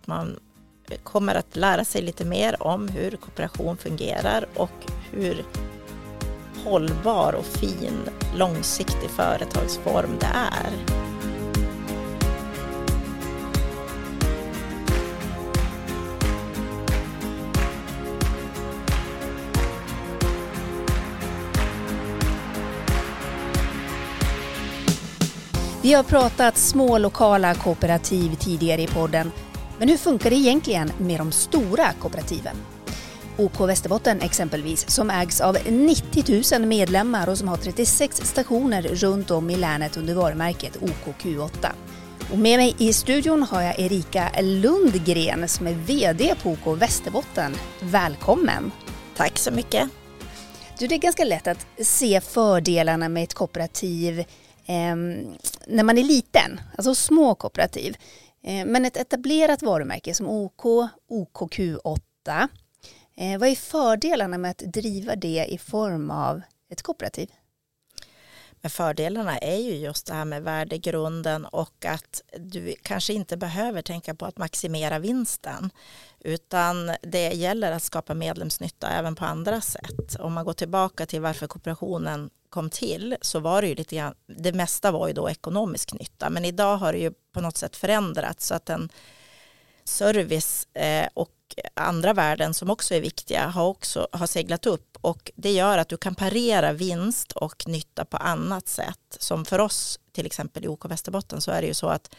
att man kommer att lära sig lite mer om hur kooperation fungerar och hur hållbar och fin långsiktig företagsform det är. Vi har pratat små lokala kooperativ tidigare i podden. Men hur funkar det egentligen med de stora kooperativen? OK Västerbotten exempelvis, som ägs av 90 000 medlemmar och som har 36 stationer runt om i länet under varumärket OKQ8. Och med mig i studion har jag Erika Lundgren som är vd på OK Västerbotten. Välkommen! Tack så mycket! Du, det är ganska lätt att se fördelarna med ett kooperativ när man är liten, alltså små kooperativ. Men ett etablerat varumärke som OK, OKQ8, vad är fördelarna med att driva det i form av ett kooperativ? Men fördelarna är ju just det här med värdegrunden och att du kanske inte behöver tänka på att maximera vinsten, utan det gäller att skapa medlemsnytta även på andra sätt. Om man går tillbaka till varför kooperationen kom till, så var det ju lite grann, det mesta var ju då ekonomisk nytta, men idag har det ju på något sätt förändrats så att en service och andra värden som också är viktiga har seglat upp, och det gör att du kan parera vinst och nytta på annat sätt. Som för oss till exempel i OK Västerbotten så är det ju så att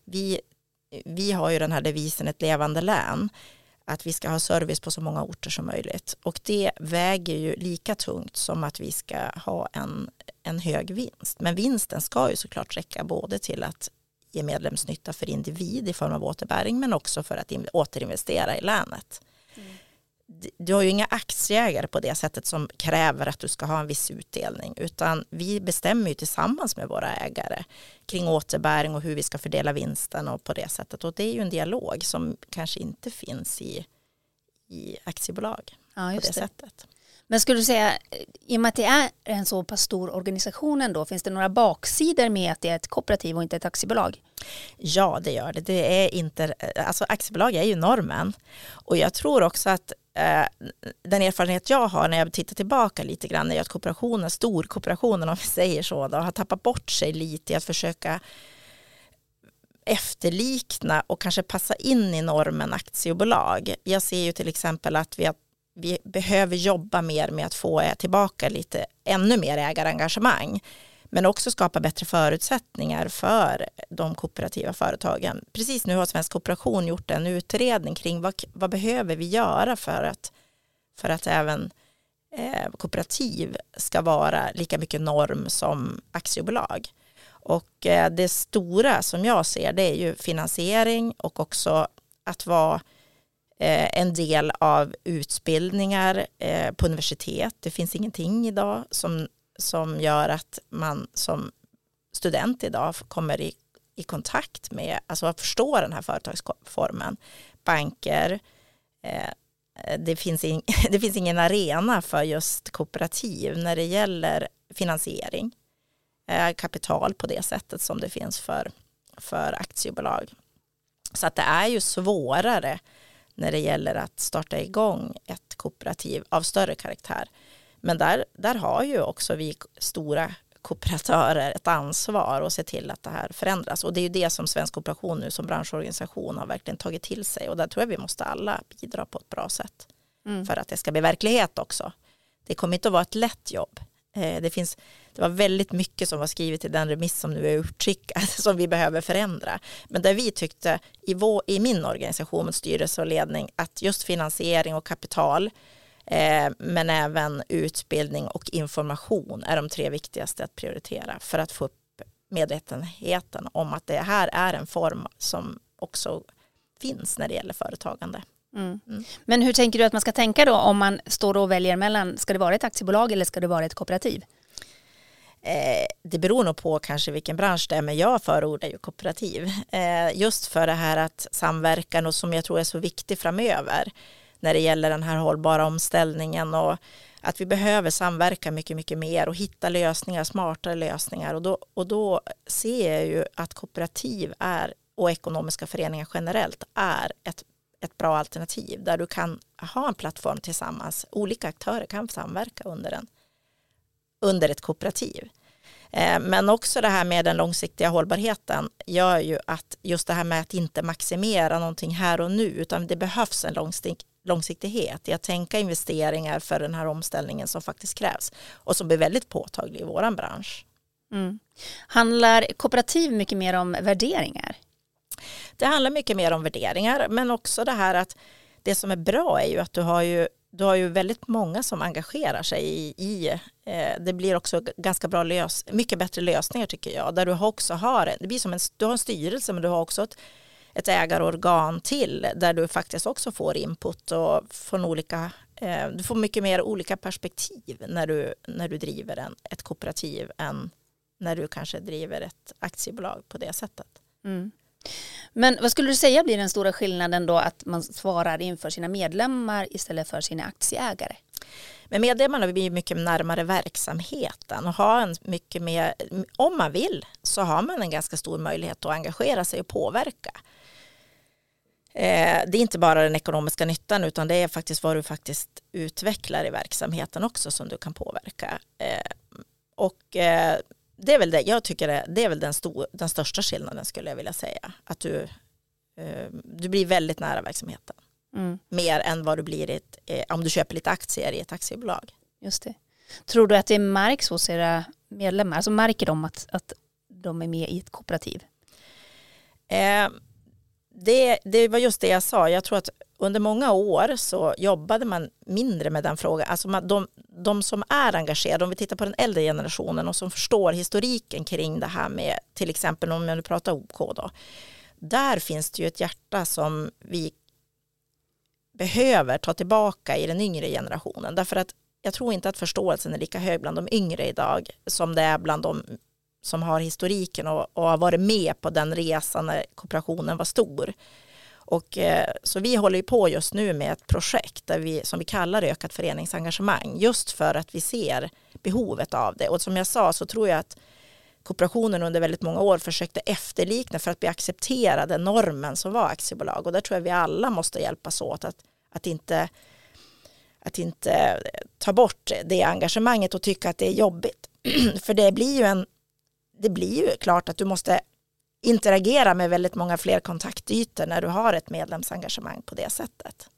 vi har ju den här devisen ett levande län, att vi ska ha service på så många orter som möjligt, och det väger ju lika tungt som att vi ska ha en hög vinst. Men vinsten ska ju såklart räcka både till att ge medlemsnytta för individ i form av återbäring, men också för att återinvestera i länet. Du har ju inga aktieägare på det sättet som kräver att du ska ha en viss utdelning, utan vi bestämmer ju tillsammans med våra ägare kring återbäring och hur vi ska fördela vinsten och på det sättet. Och det är ju en dialog som kanske inte finns i aktiebolag på det sättet. Men skulle du säga, i och med att det är en så pass stor organisation ändå, finns det några baksidor med att det är ett kooperativ och inte ett aktiebolag? Ja, det gör det. Det är inte, alltså aktiebolag är ju normen. Och jag tror också att den erfarenhet jag har när jag tittar tillbaka lite grann är att kooperationen, storkooperationen om vi säger så, då, har tappat bort sig lite i att försöka efterlikna och kanske passa in i normen aktiebolag. Jag ser ju till exempel att vi behöver jobba mer med att få tillbaka ännu mer ägarengagemang, men också skapa bättre förutsättningar för de kooperativa företagen. Precis nu har Svensk Kooperation gjort en utredning kring vad behöver vi göra för att även kooperativ ska vara lika mycket norm som aktiebolag. Och det stora som jag ser, det är ju finansiering och också att vara en del av utbildningar på universitet. Det finns ingenting idag som gör att man som student idag kommer i kontakt med, alltså att förstå den här företagsformen. Banker, det finns ingen arena för just kooperativ när det gäller finansiering, kapital på det sättet som det finns för aktiebolag. Så att det är ju svårare när det gäller att starta igång ett kooperativ av större karaktär. Men där har ju också vi stora kooperatörer ett ansvar att se till att det här förändras. Och det är ju det som Svensk Kooperation nu som branschorganisation har verkligen tagit till sig. Och där tror jag vi måste alla bidra på ett bra sätt för att det ska bli verklighet också. Det kommer inte att vara ett lätt jobb. Det var väldigt mycket som var skrivet i den remiss som nu är utskickad som vi behöver förändra. Men där vi tyckte i min organisation, styrelse och ledning, att just finansiering och kapital men även utbildning och information är de 3 viktigaste att prioritera för att få upp medvetenheten om att det här är en form som också finns när det gäller företagande. Men hur tänker du att man ska tänka då om man står och väljer mellan, ska det vara ett aktiebolag eller ska det vara ett kooperativ? Det beror nog på kanske vilken bransch det är, men jag förordar ju kooperativ. Just för det här att samverkan, och som jag tror är så viktigt framöver när det gäller den här hållbara omställningen, och att vi behöver samverka mycket, mycket mer och hitta lösningar, smartare lösningar. Och då ser jag ju att kooperativ är och ekonomiska föreningar generellt är ett bra alternativ där du kan ha en plattform tillsammans. Olika aktörer kan samverka under ett kooperativ. Men också det här med den långsiktiga hållbarheten gör ju att just det här med att inte maximera någonting här och nu, utan det behövs en långsiktighet i att tänka investeringar för den här omställningen som faktiskt krävs och som blir väldigt påtaglig i våran bransch. Handlar kooperativ mycket mer om värderingar? Det handlar mycket mer om värderingar, men också det här att det som är bra är ju att du har ju väldigt många som engagerar sig i det blir också ganska bra mycket bättre lösningar tycker jag, där du också har, det blir som du har en styrelse, men du har också ett ägarorgan till där du faktiskt också får input och från du får mycket mer olika perspektiv när du driver ett kooperativ än när du kanske driver ett aktiebolag på det sättet. Men vad skulle du säga blir den stora skillnaden då att man svarar inför sina medlemmar istället för sina aktieägare? Men medlemmarna blir mycket närmare verksamheten och har en mycket mer, om man vill så har man en ganska stor möjlighet att engagera sig och påverka. Det är inte bara den ekonomiska nyttan utan det är faktiskt vad du faktiskt utvecklar i verksamheten också som du kan påverka. Det är väl det, jag tycker det är väl den största skillnaden skulle jag vilja säga. Att du blir väldigt nära verksamheten. Mer än vad du blir om du köper lite aktier i ett aktiebolag. Just det. Tror du att det märks hos era medlemmar? Alltså märker de att de är med i ett kooperativ? Det var just det jag sa. Jag tror att under många år så jobbade man mindre med den frågan. Alltså de som är engagerade, om vi tittar på den äldre generationen och som förstår historiken kring det här med till exempel om jag nu pratar OK då. Där finns det ju ett hjärta som vi behöver ta tillbaka i den yngre generationen. Därför att jag tror inte att förståelsen är lika hög bland de yngre idag som det är bland de som har historiken och har varit med på den resan när kooperationen var stor. Och så vi håller ju på just nu med ett projekt som vi kallar ökat föreningsengagemang just för att vi ser behovet av det. Och som jag sa så tror jag att kooperationen under väldigt många år försökte efterlikna för att bli accepterade normen som var aktiebolag. Och där tror jag vi alla måste hjälpas åt att inte ta bort det engagemanget och tycka att det är jobbigt. För det blir ju klart att du måste interagera med väldigt många fler kontaktytor när du har ett medlemsengagemang på det sättet.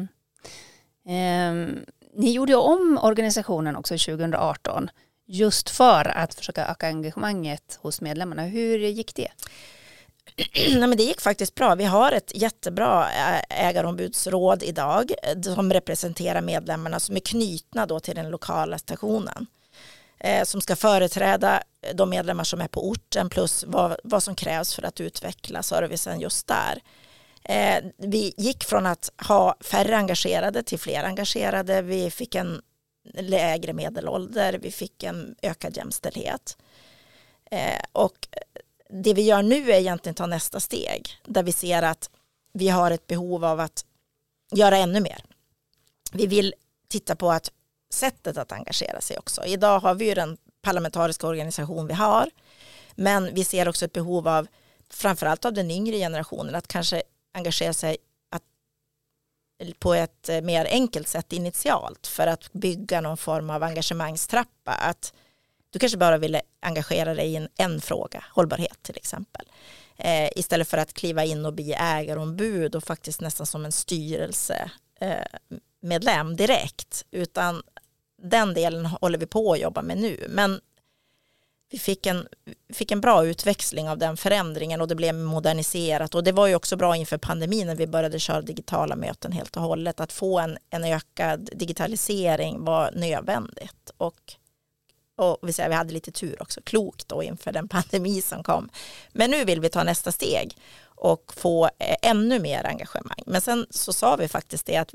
Ni gjorde om organisationen också 2018 just för att försöka öka engagemanget hos medlemmarna. Hur gick det? Nej, men det gick faktiskt bra. Vi har ett jättebra ägarombudsråd idag som representerar medlemmarna som är knutna då till den lokala stationen. Som ska företräda de medlemmar som är på orten plus vad som krävs för att utveckla servicen just där. Vi gick från att ha färre engagerade till fler engagerade. Vi fick en lägre medelålder. Vi fick en ökad jämställdhet. Och det vi gör nu är egentligen att ta nästa steg där vi ser att vi har ett behov av att göra ännu mer. Vi vill titta på att sättet att engagera sig också. Idag har vi ju den parlamentariska organisation vi har, men vi ser också ett behov av framförallt av den yngre generationen att kanske engagera sig på ett mer enkelt sätt initialt för att bygga någon form av engagemangstrappa. Att du kanske bara vill engagera dig i en fråga, hållbarhet till exempel. Istället för att kliva in och bli ägarombud och faktiskt nästan som en styrelsemedlem direkt. Utan den delen håller vi på att jobba med nu. Men vi fick en bra utväxling av den förändringen och det blev moderniserat. Och det var ju också bra inför pandemin när vi började köra digitala möten helt och hållet. Att få en ökad digitalisering var nödvändigt. Och vi hade lite tur också, klokt då inför den pandemi som kom. Men nu vill vi ta nästa steg och få ännu mer engagemang. Men sen så sa vi faktiskt det att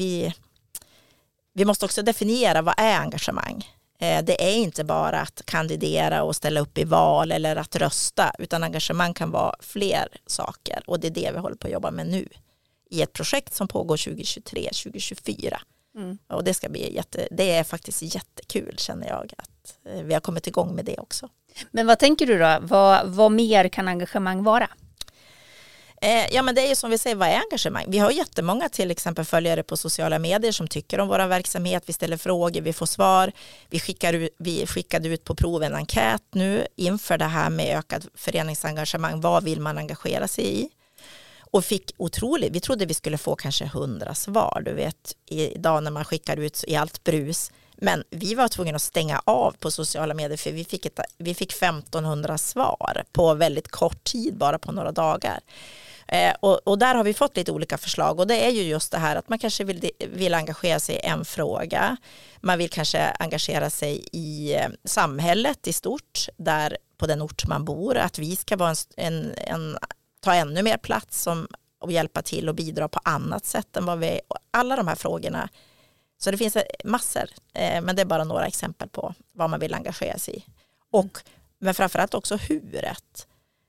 vi måste också definiera vad är engagemang. Det är inte bara att kandidera och ställa upp i val eller att rösta, utan engagemang kan vara fler saker. Och det är det vi håller på att jobba med nu i ett projekt som pågår 2023-2024. Och det ska bli det är faktiskt jättekul känner jag att vi har kommit igång med det också. Men vad tänker du då? Vad mer kan engagemang vara? Ja, men det är ju som vi säger, vad är engagemang? Vi har jättemånga till exempel följare på sociala medier som tycker om vår verksamhet. Vi ställer frågor, vi får svar. Vi skickade ut på prov en enkät nu inför det här med ökad föreningsengagemang. Vad vill man engagera sig i? Och fick otroligt, vi trodde vi skulle få kanske 100 svar, du vet, idag när man skickar ut i allt brus. Men vi var tvungna att stänga av på sociala medier för vi fick 1500 svar på väldigt kort tid, bara på några dagar. Och där har vi fått lite olika förslag, och det är ju just det här att man kanske vill engagera sig i en fråga. Man vill kanske engagera sig i samhället i stort, där på den ort man bor, att vi ska vara ta ännu mer plats och hjälpa till och bidra på annat sätt än vad vi, alla de här frågorna. Så det finns massor, men det är bara några exempel på vad man vill engagera sig i. Men framförallt också huret.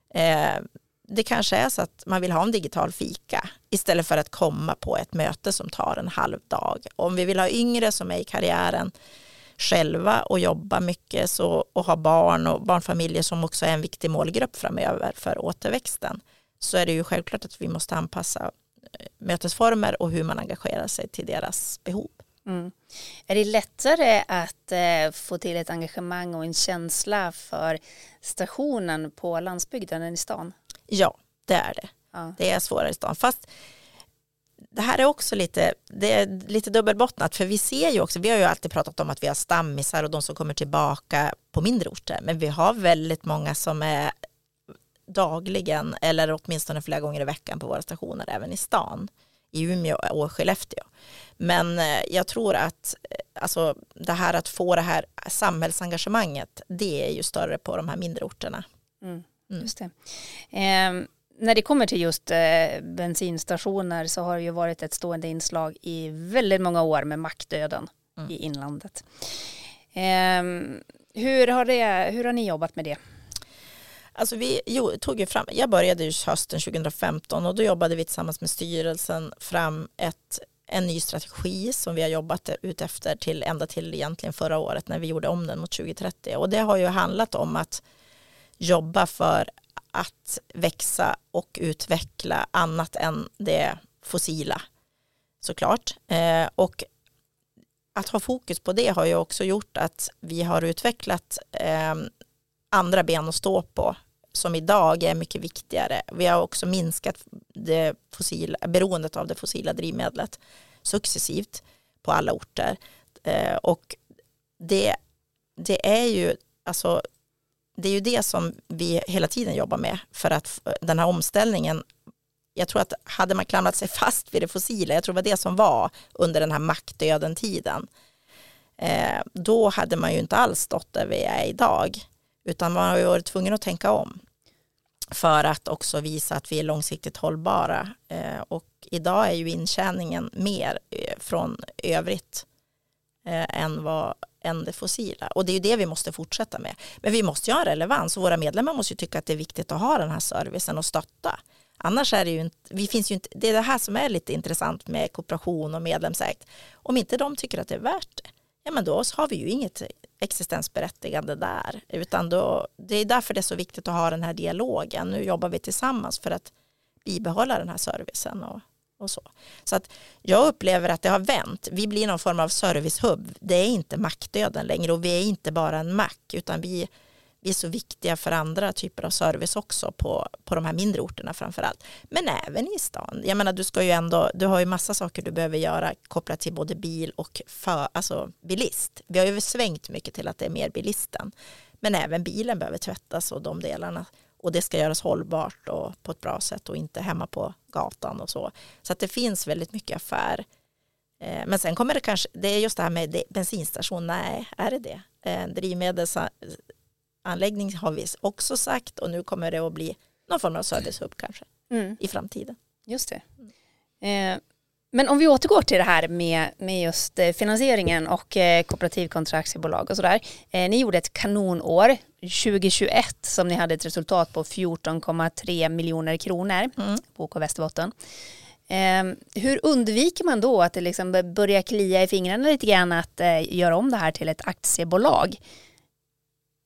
Det kanske är så att man vill ha en digital fika istället för att komma på ett möte som tar en halv dag. Om vi vill ha yngre som är i karriären själva och jobba mycket och ha barn och barnfamiljer som också är en viktig målgrupp framöver för återväxten, så är det ju självklart att vi måste anpassa mötesformer och hur man engagerar sig till deras behov. Mm. Är det lättare att få till ett engagemang och en känsla för stationen på landsbygden än i stan? Ja, det är det. Ja. Det är svårare i stan. Fast det här är också lite dubbelbottnat, för vi ser ju också, vi har ju alltid pratat om att vi har stammisar och de som kommer tillbaka på mindre orter, men vi har väldigt många som är dagligen eller åtminstone flera gånger i veckan på våra stationer även i stan, i Umeå och Skellefteå. Men jag tror att alltså, det här att få det här samhällsengagemanget, det är ju större på de här mindre orterna. Just det. När det kommer till just bensinstationer så har det ju varit ett stående inslag i väldigt många år med mackdöden i inlandet. Hur har ni jobbat med det? Alltså tog ju fram, jag började ju hösten 2015 och då jobbade vi tillsammans med styrelsen fram en ny strategi som vi har jobbat ut efter ända till egentligen förra året när vi gjorde om den mot 2030. Och det har ju handlat om att jobba för att växa och utveckla annat än det fossila, såklart. Och att ha fokus på det har ju också gjort att vi har utvecklat andra ben att stå på som idag är mycket viktigare. Vi har också minskat beroendet av det fossila drivmedlet successivt på alla orter. Och det är ju alltså det är ju det som vi hela tiden jobbar med, för att den här omställningen, jag tror att hade man klamrat sig fast vid det fossila, jag tror det var det som var under den här mackdöden tiden, då hade man ju inte alls stått där vi är idag, utan man har ju varit tvungen att tänka om för att också visa att vi är långsiktigt hållbara. Och idag är ju intjäningen mer från övrigt än det fossila. Och det är ju det vi måste fortsätta med. Men vi måste ju ha en relevans, och våra medlemmar måste ju tycka att det är viktigt att ha den här servicen och stötta. Annars är det ju inte, det är det här som är lite intressant med kooperation och medlemsägt. Om inte de tycker att det är värt det, ja men då har vi ju inget existensberättigande där. Utan det är därför det är så viktigt att ha den här dialogen. Nu jobbar vi tillsammans för att bibehålla den här servicen och så. Så att jag upplever att det har vänt. Vi blir någon form av servicehubb. Det är inte mackdöden längre, och vi är inte bara en mack, utan vi är så viktiga för andra typer av service också på de här mindre orterna framförallt. Men även i stan. Jag menar, du har ju massa saker du behöver göra kopplat till både bil och bilist. Vi har ju svängt mycket till att det är mer bilisten. Men även bilen behöver tvättas och de delarna. Och det ska göras hållbart och på ett bra sätt och inte hemma på gatan och så. Så att det finns väldigt mycket affär. Men sen kommer det kanske, det är just det här med bensinstation. Nej, är det? Drivmedelsanläggning har vi också sagt, och nu kommer det att bli någon form av servicehubb kanske i framtiden. Just det. Men om vi återgår till det här med just finansieringen och kooperativkontraktsbolag och sådär. Ni gjorde ett kanonår 2021 som ni hade ett resultat på 14,3 miljoner kronor på OK Västerbotten. Hur undviker man då att det liksom börjar klia i fingrarna lite grann att göra om det här till ett aktiebolag?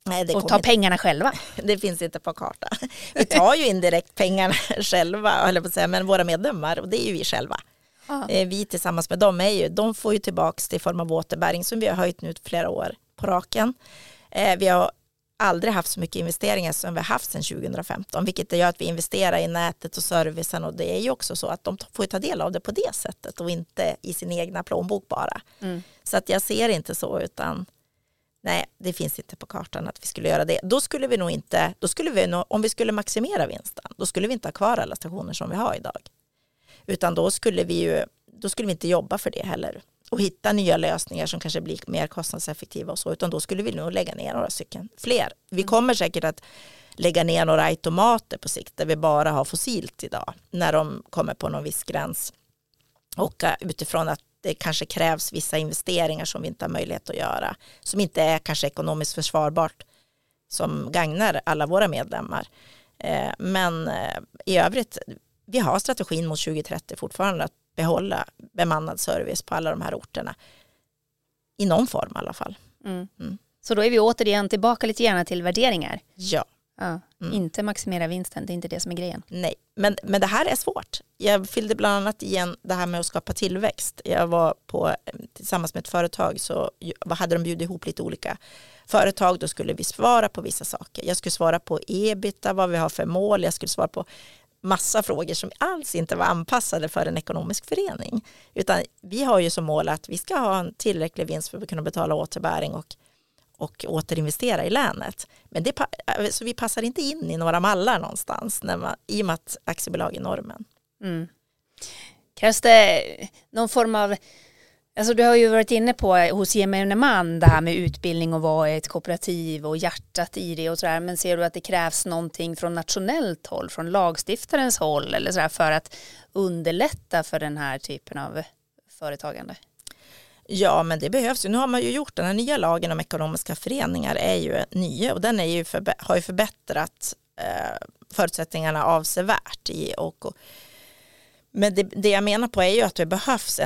Nej, och ta pengarna själva. Det finns inte på kartan. Vi tar ju indirekt pengarna själva, eller på att säga, men våra medlemmar, och det är ju vi själva. Vi tillsammans med dem de får ju tillbaks till form av återbäring som vi har höjt nu flera år på raken. Vi har aldrig haft så mycket investeringar som vi har haft sedan 2015, vilket gör att vi investerar i nätet och servicen, och det är ju också så att de får ta del av det på det sättet och inte i sin egna plånbok bara. Så att jag ser inte så, utan nej, det finns inte på kartan att vi skulle göra det. Då skulle vi nog, om vi skulle maximera vinsten, då skulle vi inte ha kvar alla stationer som vi har idag. Utan då skulle vi inte jobba för det heller och hitta nya lösningar som kanske blir mer kostnadseffektiva och så, utan då skulle vi nog lägga ner några stycken fler. Vi kommer säkert att lägga ner några automater på sikt där vi bara har fossilt idag, när de kommer på någon viss gräns, och utifrån att det kanske krävs vissa investeringar som vi inte har möjlighet att göra, som inte är kanske ekonomiskt försvarbart, som gagnar alla våra medlemmar. Men i övrigt, vi har strategin mot 2030 fortfarande att behålla bemannad service på alla de här orterna. I någon form i alla fall. Så då är vi återigen tillbaka lite gärna till värderingar. Ja. Inte maximera vinsten, det är inte det som är grejen. Nej, men det här är svårt. Jag fyllde bland annat igen det här med att skapa tillväxt. Jag var tillsammans med ett företag, så hade de bjudit ihop lite olika företag. Då skulle vi svara på vissa saker. Jag skulle svara på EBITDA, vad vi har för mål. Jag skulle svara på massa frågor som alls inte var anpassade för en ekonomisk förening. Utan vi har ju som mål att vi ska ha en tillräcklig vinst för att kunna betala återbäring och återinvestera i länet. Men så vi passar inte in i några mallar någonstans i och med att aktiebolag är normen. Krävs det någon form av, alltså du har ju varit inne på hos gemene man det här med utbildning och vara ett kooperativ och hjärtat i det och sådär, men ser du att det krävs någonting från nationellt håll, från lagstiftarens håll eller sådär, för att underlätta för den här typen av företagande? Ja, men det behövs ju. Nu har man ju gjort den här nya lagen om ekonomiska föreningar, är ju ny, och den är ju har ju förbättrat förutsättningarna avsevärt. Men det jag menar på är ju att det behövs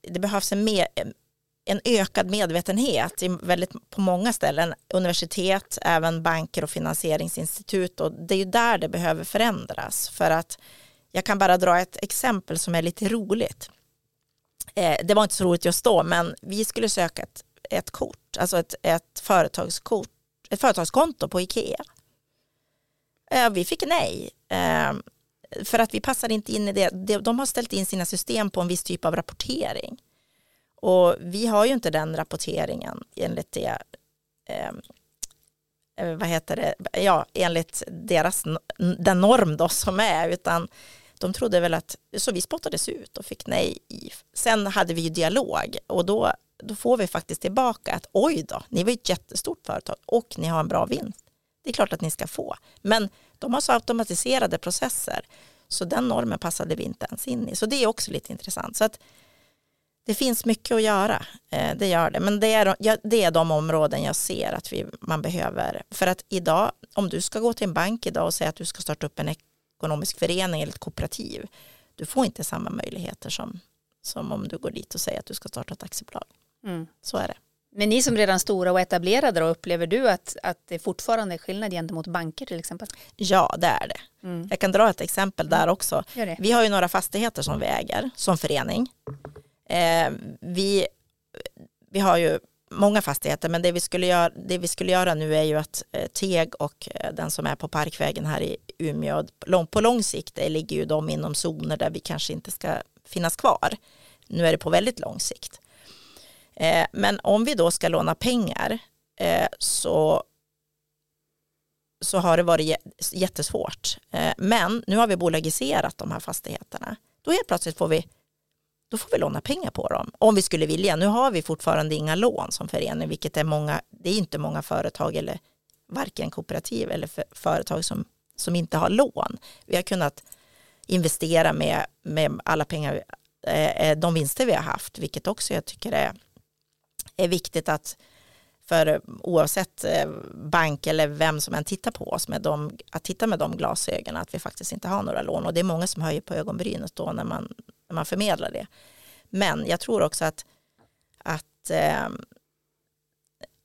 en ökad medvetenhet på många ställen, universitet, även banker och finansieringsinstitut, och det är ju där det behöver förändras. För att jag kan bara dra ett exempel som är lite roligt. Det var inte så roligt just då, men vi skulle söka ett kort, alltså ett företagskort, ett företagskonto på IKEA. Vi fick nej, för att vi passade inte in i det. De har ställt in sina system på en viss typ av rapportering. Och vi har ju inte den rapporteringen enligt det, enligt den norm då som är, utan de trodde väl att, så vi spottades ut och fick nej. Sen hade vi ju dialog, och då får vi faktiskt tillbaka att oj då, ni var ett jättestort företag och ni har en bra vinst. Det är klart att ni ska få. Men de har så automatiserade processer, så den normen passade vi inte ens in i. Så det är också lite intressant. Så att det finns mycket att göra, det gör det. Men det är de områden jag ser att man behöver. För att idag, om du ska gå till en bank idag och säga att du ska starta upp en ekonomisk förening eller ett kooperativ, du får inte samma möjligheter som om du går dit och säger att du ska starta ett aktiebolag. Så är det. Men ni som redan stora och etablerade, då, upplever du att det fortfarande är skillnad gentemot banker till exempel? Ja, det är det. Jag kan dra ett exempel där också. Vi har ju några fastigheter som vi äger som förening. Vi har ju många fastigheter, men det vi skulle göra nu är ju att Teg och den som är på Parkvägen här i Umeå, på lång sikt ligger ju de inom zoner där vi kanske inte ska finnas kvar. Nu är det på väldigt lång sikt. Men om vi då ska låna pengar så har det varit jättesvårt. Men nu har vi bolagiserat de här fastigheterna. Då helt plötsligt får vi låna pengar på dem om vi skulle vilja. Nu har vi fortfarande inga lån som förening, vilket det är inte många företag, eller varken kooperativ eller företag som inte har lån. Vi har kunnat investera med alla pengar, de vinster vi har haft, vilket också jag tycker är viktigt, att för oavsett bank eller vem som än tittar på oss att titta med de glasögonen, att vi faktiskt inte har några lån. Och det är många som höjer på ögonbrynet då när man förmedlar det. Men jag tror också att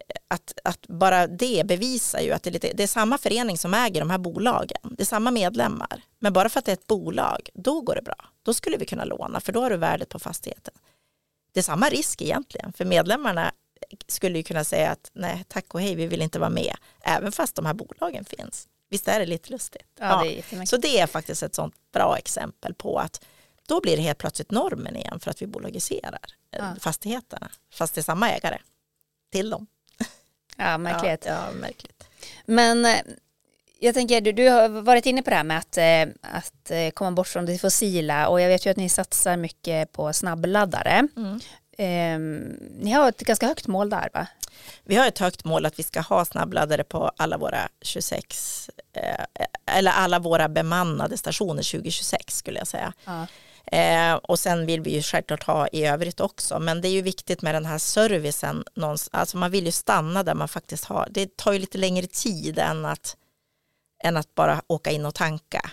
att bara det bevisar ju att det är samma förening som äger de här bolagen. Det är samma medlemmar. Men bara för att det är ett bolag, då går det bra. Då skulle vi kunna låna, för då har du värdet på fastigheten. Det är samma risk egentligen, för medlemmarna skulle ju kunna säga att nej, tack och hej, vi vill inte vara med. Även fast de här bolagen finns. Visst är det lite lustigt? Ja. Det är så det är faktiskt ett sånt bra exempel på att då blir det helt plötsligt normen igen för att vi bolagiserar fastigheterna. Fast det är samma ägare till dem. Ja, märkligt. Ja, märkligt. Men jag tänker, du har varit inne på det här med att komma bort från det fossila, och jag vet ju att ni satsar mycket på snabbladdare. Ni har ett ganska högt mål där, va? Vi har ett högt mål att vi ska ha snabbladdare på alla våra 26 eller alla våra bemannade stationer 2026 skulle jag säga. Ja. Och sen vill vi ju självklart ha i övrigt också, men det är ju viktigt med den här servicen. Alltså man vill ju stanna där man faktiskt har. Det tar ju lite längre tid än att bara åka in och tanka.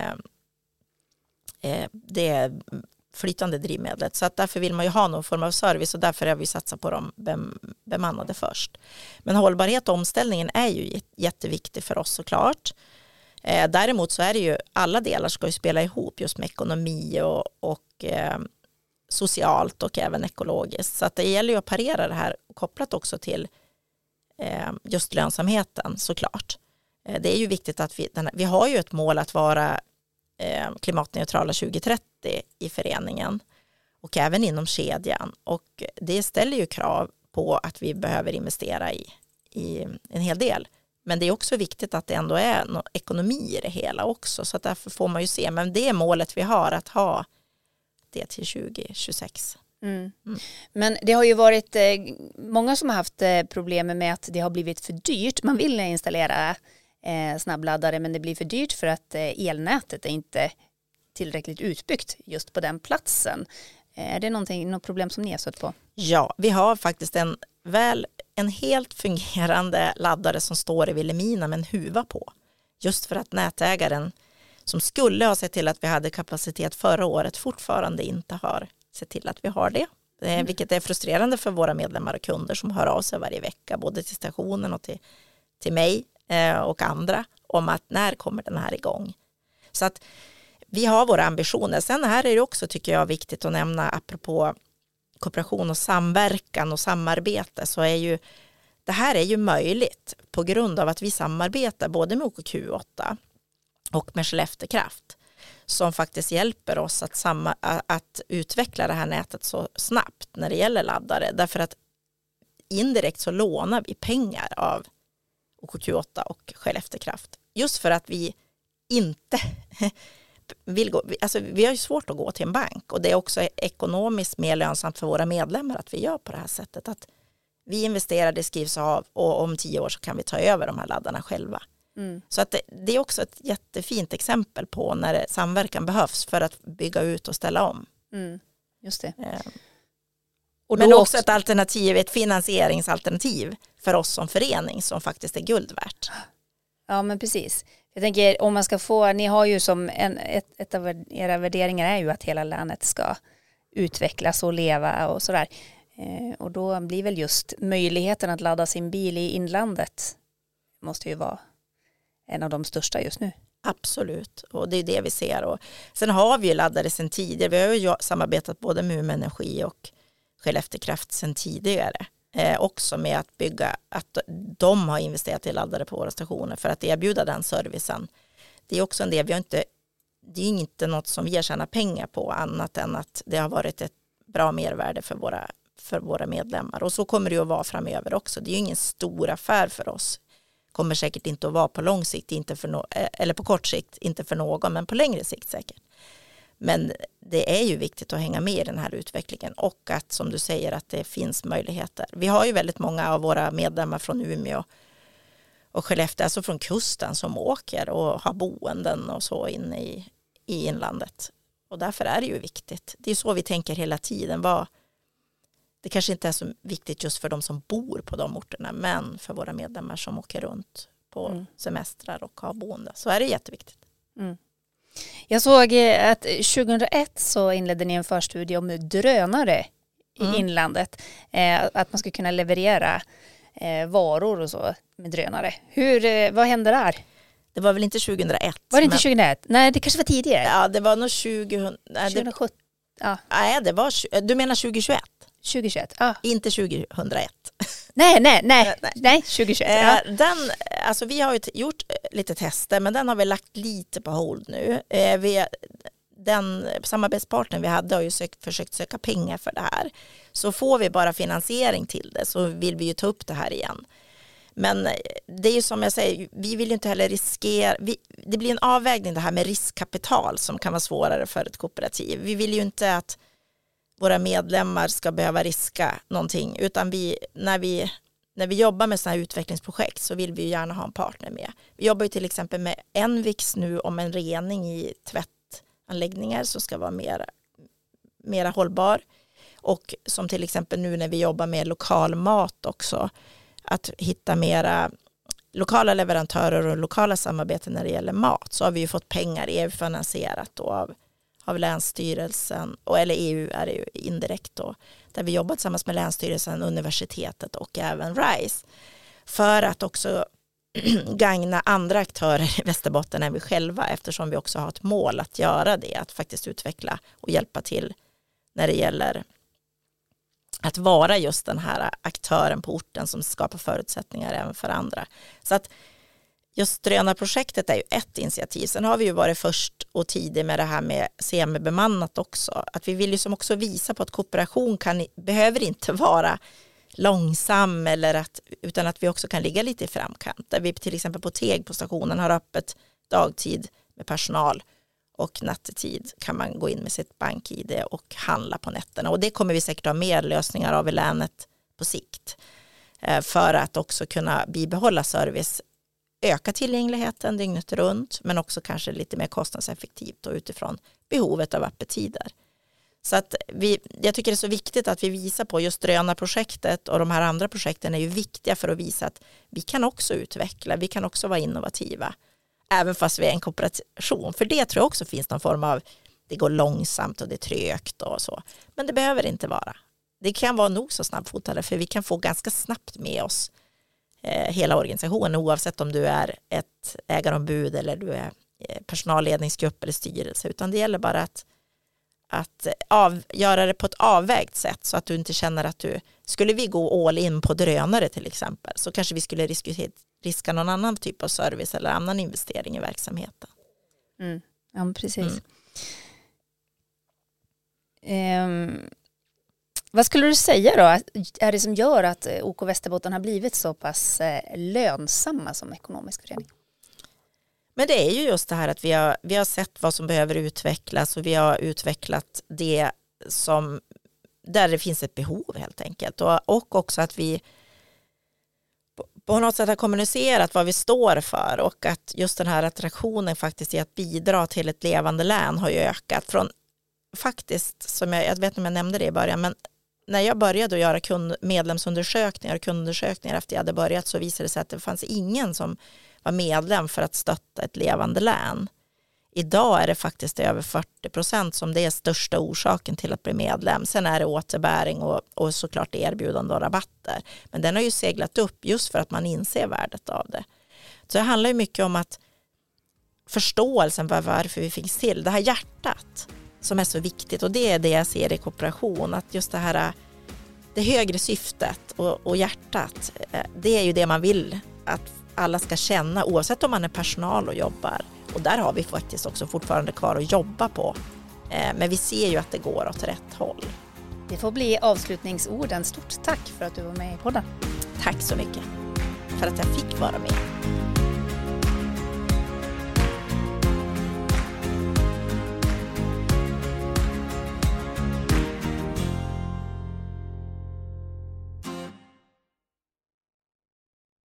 Det är flytande drivmedlet, så att därför vill man ju ha någon form av service, och därför har vi satsat på de bemannade först. Men hållbarhet och omställningen är ju jätteviktig för oss såklart. Däremot så är det ju, alla delar ska ju spela ihop just med ekonomi och socialt och även ekologiskt. Så att det gäller ju att parera det här kopplat också till just lönsamheten såklart. Det är ju viktigt att vi har ju ett mål att vara klimatneutrala 2030 i föreningen och även inom kedjan. Och det ställer ju krav på att vi behöver investera i en hel del. Men det är också viktigt att det ändå är någon ekonomi i det hela också. Så att därför får man ju se. Men det är målet vi har, att ha det till 2026. Men det har ju varit många som har haft problem med att det har blivit för dyrt. Man vill installera snabbladdare, men det blir för dyrt för att elnätet är inte tillräckligt utbyggt just på den platsen. Är det något problem som ni har stött på? Ja, vi har faktiskt en helt fungerande laddare som står i Vilhelmina med en huva på. Just för att nätägaren som skulle ha sett till att vi hade kapacitet förra året fortfarande inte har sett till att vi har det. Vilket är frustrerande för våra medlemmar och kunder som hör av sig varje vecka, både till stationen och till mig och andra, om att när kommer den här igång. Så att vi har våra ambitioner. Sen här är det också, tycker jag, viktigt att nämna, apropå kooperation och samverkan och samarbete, så är ju det här är ju möjligt på grund av att vi samarbetar både med OKQ8 och med Skellefteå Kraft, som faktiskt hjälper oss att utveckla det här nätet så snabbt när det gäller laddare. Därför att indirekt så lånar vi pengar av OKQ8 och Skellefteå Kraft. Just för att vi inte vill gå, alltså vi har ju svårt att gå till en bank, och det är också ekonomiskt mer lönsamt för våra medlemmar att vi gör på det här sättet, att vi investerar, det skrivs av, och om 10 år så kan vi ta över de här laddarna själva. Så att det är också ett jättefint exempel på när samverkan behövs för att bygga ut och ställa om. Just det. Och men också ett alternativ, ett finansieringsalternativ för oss som förening som faktiskt är guld värt. Ja, men precis. Jag tänker, om man ska få, ni har ju som ett av era värderingar är ju att hela länet ska utvecklas och leva och sådär. Och då blir väl just möjligheten att ladda sin bil i inlandet måste ju vara en av de största just nu. Absolut, och det är det vi ser. Och sen har vi ju laddare sedan tidigare. Vi har ju samarbetat både med Umeå Energi och Skellefteå Kraft sedan tidigare. Också med att bygga, att de har investerat i laddare på våra stationer för att erbjuda den servicen. Det är också en del, det är inte något som vi tjänar pengar på, annat än att det har varit ett bra mervärde för våra medlemmar. Och så kommer det att vara framöver också. Det är ju ingen stor affär för oss. Kommer säkert inte att vara på lång sikt, eller på kort sikt, inte för någon, men på längre sikt säkert. Men det är ju viktigt att hänga med i den här utvecklingen, och att, som du säger, att det finns möjligheter. Vi har ju väldigt många av våra medlemmar från Umeå och Skellefteå, alltså från kusten, som åker och har boenden och så inne i inlandet. Och därför är det ju viktigt. Det är så vi tänker hela tiden. Det kanske inte är så viktigt just för de som bor på de orterna, men för våra medlemmar som åker runt på semestrar och har boende, så är det jätteviktigt. Jag såg att 2001 så inledde ni en förstudie om drönare i inlandet. Att man ska kunna leverera varor och så med drönare. Vad hände där? Det var väl inte 2001? Var det inte 2001? Nej, det kanske var tidigare. Ja, det var nog 2017. Ja. Nej, du menar 2021? 2021, ja. Inte 2001. Nej, 2021. Ja. Alltså vi har ju gjort lite tester, men den har vi lagt lite på hold nu. Den samarbetspartnern vi hade har ju försökt söka pengar för det här. Så får vi bara finansiering till det så vill vi ju ta upp det här igen. Men det är ju som jag säger, vi vill ju inte heller riskera, det blir en avvägning det här med riskkapital som kan vara svårare för ett kooperativ. Vi vill ju inte att våra medlemmar ska behöva riska någonting, utan när vi jobbar med sådana här utvecklingsprojekt så vill vi ju gärna ha en partner med. Vi jobbar ju till exempel med Envix nu om en rening i tvättanläggningar som ska vara mera hållbar. Och som till exempel nu när vi jobbar med lokal mat också, att hitta mera lokala leverantörer och lokala samarbeten när det gäller mat, så har vi ju fått pengar EU-finansierat då av Länsstyrelsen, eller EU är det ju indirekt då, där vi jobbar tillsammans med Länsstyrelsen, universitetet och även RISE för att också gagna andra aktörer i Västerbotten än vi själva, eftersom vi också har ett mål att göra det, att faktiskt utveckla och hjälpa till när det gäller att vara just den här aktören på orten som skapar förutsättningar även för andra. Så att just drönarprojektet är ju ett initiativ. Sen har vi ju varit först och tidig med det här med semibemannat också. Att vi vill ju som också visa på att kooperation behöver inte vara långsam utan att vi också kan ligga lite i framkant. Där vi till exempel på Teg på stationen har öppet dagtid med personal och nattetid kan man gå in med sitt bank-ID och handla på nätterna. Och det kommer vi säkert ha mer lösningar av i länet på sikt för att också kunna bibehålla service, öka tillgängligheten dygnet runt, men också kanske lite mer kostnadseffektivt och utifrån behovet av öppettider. Så att jag tycker det är så viktigt att vi visar på just drönarprojektet, och de här andra projekten är ju viktiga för att visa att vi kan också utveckla, vi kan också vara innovativa, även fast vi är en kooperation. För det tror jag också finns någon form av, det går långsamt och det är trögt och så. Men det behöver inte vara. Det kan vara nog så snabbfotade, för vi kan få ganska snabbt med oss hela organisationen, oavsett om du är ett ägarombud eller du är personalledningsgrupp eller styrelse, utan det gäller bara att göra det på ett avvägt sätt så att du inte känner att skulle vi gå all in på drönare till exempel, så kanske vi skulle riska någon annan typ av service eller annan investering i verksamheten. Ja, precis. Vad skulle du säga då är det som gör att OK Västerbotten har blivit så pass lönsamma som ekonomisk förening? Men det är ju just det här att vi har sett vad som behöver utvecklas, och vi har utvecklat det där det finns ett behov helt enkelt. Och också att vi på något sätt har kommunicerat vad vi står för, och att just den här attraktionen faktiskt i att bidra till ett levande län har ju ökat från faktiskt, som jag vet inte om jag nämnde det i början, men när jag började att göra medlemsundersökningar och kundundersökningar efter jag hade börjat, så visade det sig att det fanns ingen som var medlem för att stötta ett levande län. Idag är det faktiskt över 40% som det är största orsaken till att bli medlem. Sen är det återbäring och såklart erbjudande och rabatter. Men den har ju seglat upp just för att man inser värdet av det. Så det handlar ju mycket om att förståelsen för varför vi finns till. Det här hjärtat som är så viktigt, och det är det jag ser i kooperation. Att just det högre syftet och hjärtat, det är ju det man vill att alla ska känna, oavsett om man är personal och jobbar. Och där har vi faktiskt också fortfarande kvar att jobba på. Men vi ser ju att det går åt rätt håll. Det får bli avslutningsorden. Stort tack för att du var med i podden. Tack så mycket för att jag fick vara med.